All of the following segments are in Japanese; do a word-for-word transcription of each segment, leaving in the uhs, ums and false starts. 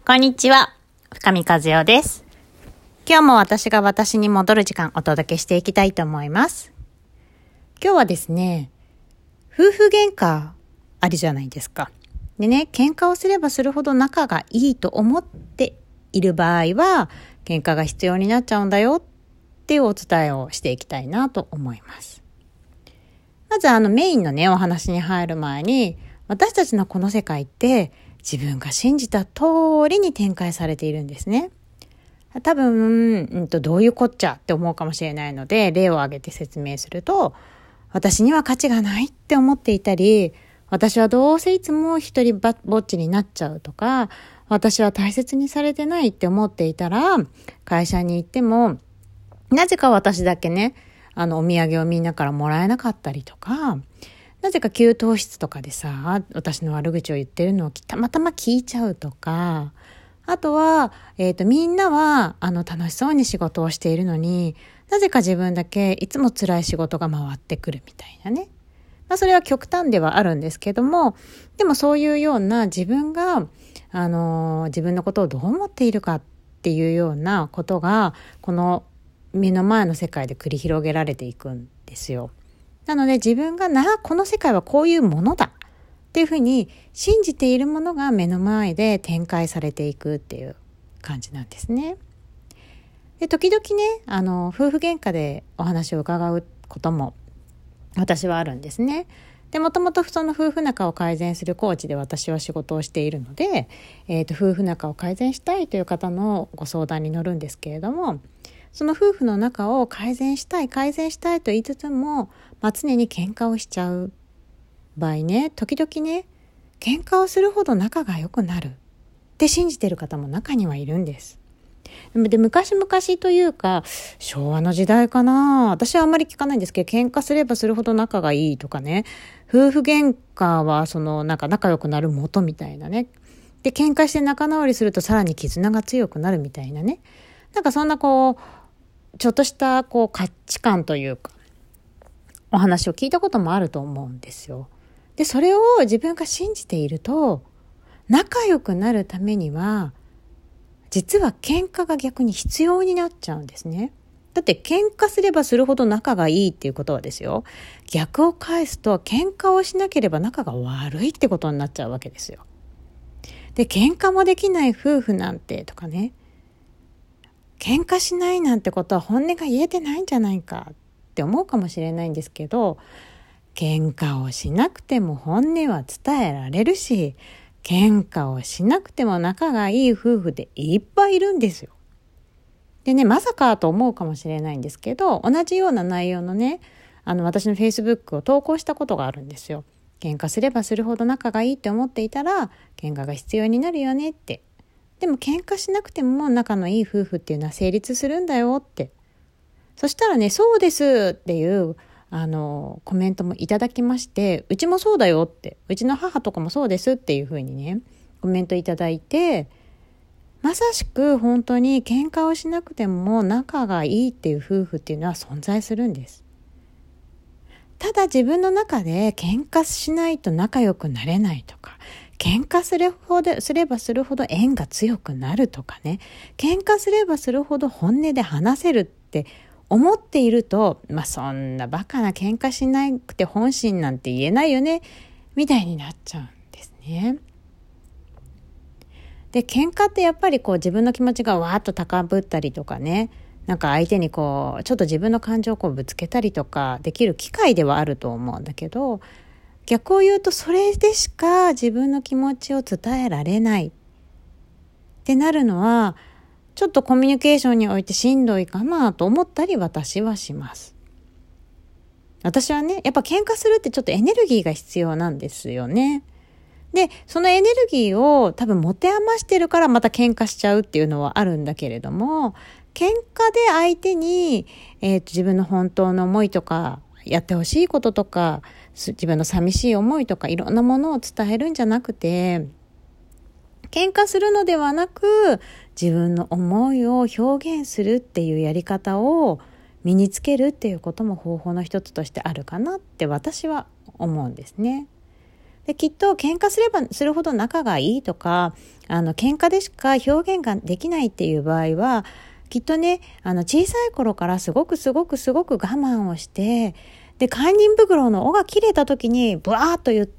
こんにちは、深見和代です。今日も私が私に戻る時間お届けしていきたいと思います。今日はですね、夫婦喧嘩あるじゃないですか。でね、喧嘩をすればするほど仲がいいと思っている場合は、喧嘩が必要になっちゃうんだよっていうお伝えをしていきたいなと思います。まずあのメインのね、お話に入る前に、私たちのこの世界って自分が信じた通りに展開されているんですね。多分、うんと、どういうこっちゃって思うかもしれないので、例を挙げて説明すると、私には価値がないって思っていたり、私はどうせいつも一人ぼっちになっちゃうとか、私は大切にされてないって思っていたら、会社に行っても、なぜか私だけね、あの、お土産をみんなからもらえなかったりとか、なぜか給湯室とかでさ、私の悪口を言ってるのをたまたま聞いちゃうとか、あとは、えっと、みんなは、あの、楽しそうに仕事をしているのに、なぜか自分だけいつも辛い仕事が回ってくるみたいなね。まあ、それは極端ではあるんですけども、でもそういうような自分が、あの、自分のことをどう思っているかっていうようなことが、この目の前の世界で繰り広げられていくんですよ。なので自分がな、この世界はこういうものだっていうふうに信じているものが目の前で展開されていくっていう感じなんですね。で、時々ね、あの、夫婦喧嘩でお話を伺うことも私はあるんですね。で、もともとその夫婦仲を改善するコーチで私は仕事をしているので、えっと、夫婦仲を改善したいという方のご相談に乗るんですけれども、その夫婦の仲を改善したい、改善したいと言いつつも、まあ、常に喧嘩をしちゃう場合ね、時々ね、喧嘩をするほど仲が良くなるって信じている方も中にはいるんです。で、昔々というか、昭和の時代かな。私はあんまり聞かないんですけど、喧嘩すればするほど仲がいいとかね、夫婦喧嘩はそのなんか仲良くなる元みたいなね。で、喧嘩して仲直りするとさらに絆が強くなるみたいなね。なんかそんなこう、ちょっとしたこう価値観というかお話を聞いたこともあると思うんですよ。で、それを自分が信じていると、仲良くなるためには実は喧嘩が逆に必要になっちゃうんですね。だって喧嘩すればするほど仲がいいっていうことはですよ、逆を返すと喧嘩をしなければ仲が悪いってことになっちゃうわけですよ。で、喧嘩もできない夫婦なんてとかね、喧嘩しないなんてことは本音が言えてないんじゃないかって思うかもしれないんですけど、喧嘩をしなくても本音は伝えられるし、喧嘩をしなくても仲がいい夫婦でいっぱいいるんですよ。でね、まさかと思うかもしれないんですけど、同じような内容のね、あの私の Facebook を投稿したことがあるんですよ。喧嘩すればするほど仲がいいって思っていたら、喧嘩が必要になるよねって。でも喧嘩しなくても仲のいい夫婦っていうのは成立するんだよって。そしたらね、そうですっていうあのコメントもいただきまして、うちもそうだよって、うちの母とかもそうですっていうふうにね、コメントいただいて、まさしく本当に喧嘩をしなくても仲がいいっていう夫婦っていうのは存在するんです。ただ自分の中で喧嘩しないと仲良くなれないとか、喧嘩するほど、すればするほど縁が強くなるとかね、喧嘩すればするほど本音で話せるって思っていると、まあそんなバカな喧嘩しなくて本心なんて言えないよね、みたいになっちゃうんですね。で、喧嘩ってやっぱりこう自分の気持ちがわーっと高ぶったりとかね、なんか相手にこう、ちょっと自分の感情をこうぶつけたりとかできる機会ではあると思うんだけど、逆を言うとそれでしか自分の気持ちを伝えられないってなるのは、ちょっとコミュニケーションにおいてしんどいかなと思ったり私はします。私はね、やっぱ喧嘩するってちょっとエネルギーが必要なんですよね。で、そのエネルギーを多分持て余してるからまた喧嘩しちゃうっていうのはあるんだけれども、喧嘩で相手に、えーと、自分の本当の思いとか、やってほしいこととか、自分の寂しい思いとかいろんなものを伝えるんじゃなくて、喧嘩するのではなく自分の思いを表現するっていうやり方を身につけるっていうことも方法の一つとしてあるかなって私は思うんですね。 で、きっと喧嘩すればするほど仲がいいとか、あの、喧嘩でしか表現ができないっていう場合は、きっとね、あの、小さい頃からすごくすごくすごく我慢をして、で、堪忍袋の緒が切れた時に、ブワーっと言って、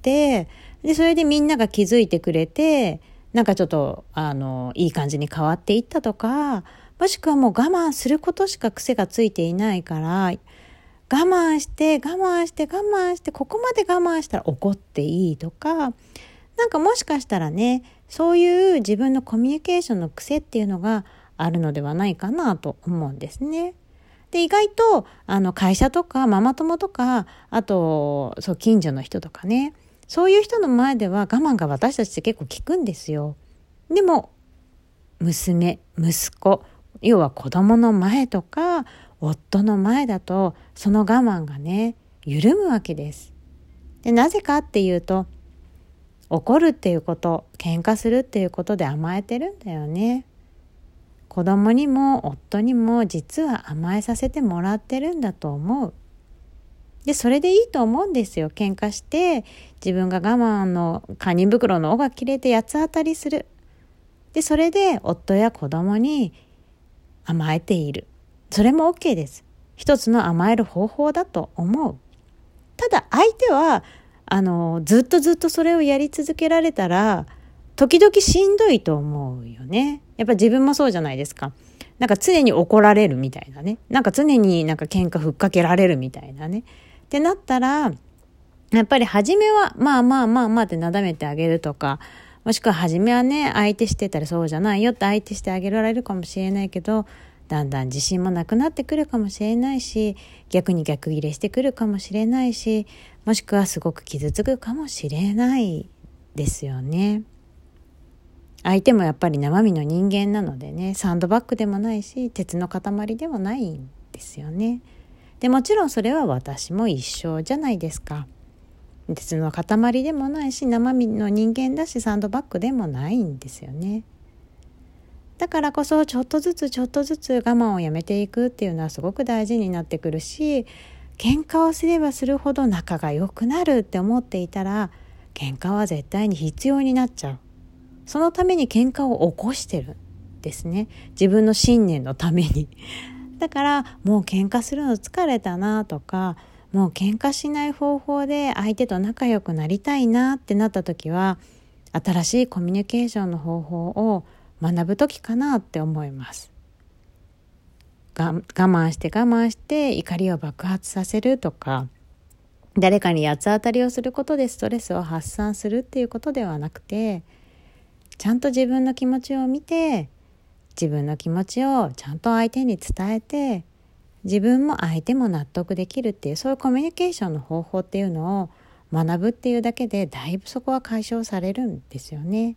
で、それでみんなが気づいてくれて、なんかちょっと、あの、いい感じに変わっていったとか、もしくはもう我慢することしか癖がついていないから、我慢して、我慢して、我慢して、ここまで我慢したら怒っていいとか、なんかもしかしたらね、そういう自分のコミュニケーションの癖っていうのがあるのではないかなと思うんですね。で、意外と、あの、会社とかママ友とか、あと、そう、近所の人とかね、そういう人の前では我慢が私たちって結構効くんですよ。でも、娘、息子、要は子供の前とか、夫の前だと、その我慢がね、緩むわけです。で、なぜかっていうと、怒るっていうこと、喧嘩するっていうことで甘えてるんだよね。子供にも夫にも実は甘えさせてもらってるんだと思う。で、それでいいと思うんですよ。喧嘩して、自分が我慢の堪忍袋の緒が切れて八つ当たりする。で、それで夫や子供に甘えている。それも OK です。一つの甘える方法だと思う。ただ相手は、あの、ずっとずっとそれをやり続けられたら、時々しんどいと思うよね。やっぱ自分もそうじゃないですか。なんか常に怒られるみたいなね。なんか常になんか喧嘩ふっかけられるみたいなね。ってなったら、やっぱり初めはまあまあまあまあってなだめてあげるとか、もしくは初めはね、相手してたらそうじゃないよって相手してあげられるかもしれないけど、だんだん自信もなくなってくるかもしれないし、逆に逆ギレしてくるかもしれないし、もしくはすごく傷つくかもしれないですよね。相手もやっぱり生身の人間なのでね、サンドバッグでもないし、鉄の塊でもないんですよね。で、もちろんそれは私も一緒じゃないですか。鉄の塊でもないし、生身の人間だし、サンドバッグでもないんですよね。だからこそちょっとずつちょっとずつ我慢をやめていくっていうのはすごく大事になってくるし、喧嘩をすればするほど仲が良くなるって思っていたら、喧嘩は絶対に必要になっちゃう。そのために喧嘩を起こしてるんですね。自分の信念のために。だからもう喧嘩するの疲れたなとか、もう喧嘩しない方法で相手と仲良くなりたいなってなった時は、新しいコミュニケーションの方法を学ぶ時かなって思います。が我慢して我慢して怒りを爆発させるとか、誰かに八つ当たりをすることでストレスを発散するっていうことではなくて、ちゃんと自分の気持ちを見て、自分の気持ちをちゃんと相手に伝えて、自分も相手も納得できるっていう、そういうコミュニケーションの方法っていうのを学ぶっていうだけで、だいぶそこは解消されるんですよね。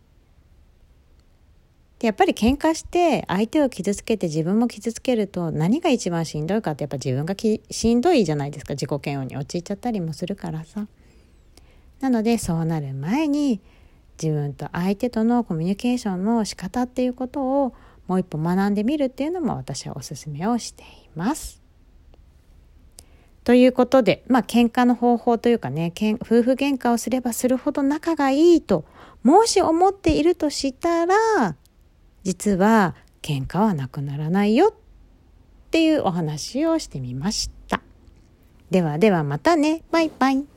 でやっぱり喧嘩して相手を傷つけて自分も傷つけると、何が一番しんどいかって、やっぱ自分がきしんどいじゃないですか。自己嫌悪に陥っちゃったりもするからさ。なのでそうなる前に、自分と相手とのコミュニケーションの仕方っていうことをもう一歩学んでみるっていうのも私はおすすめをしています。ということで、まあ喧嘩の方法というかね、けん夫婦喧嘩をすればするほど仲がいいと、もし思っているとしたら、実は喧嘩はなくならないよっていうお話をしてみました。ではではまたね。バイバイ。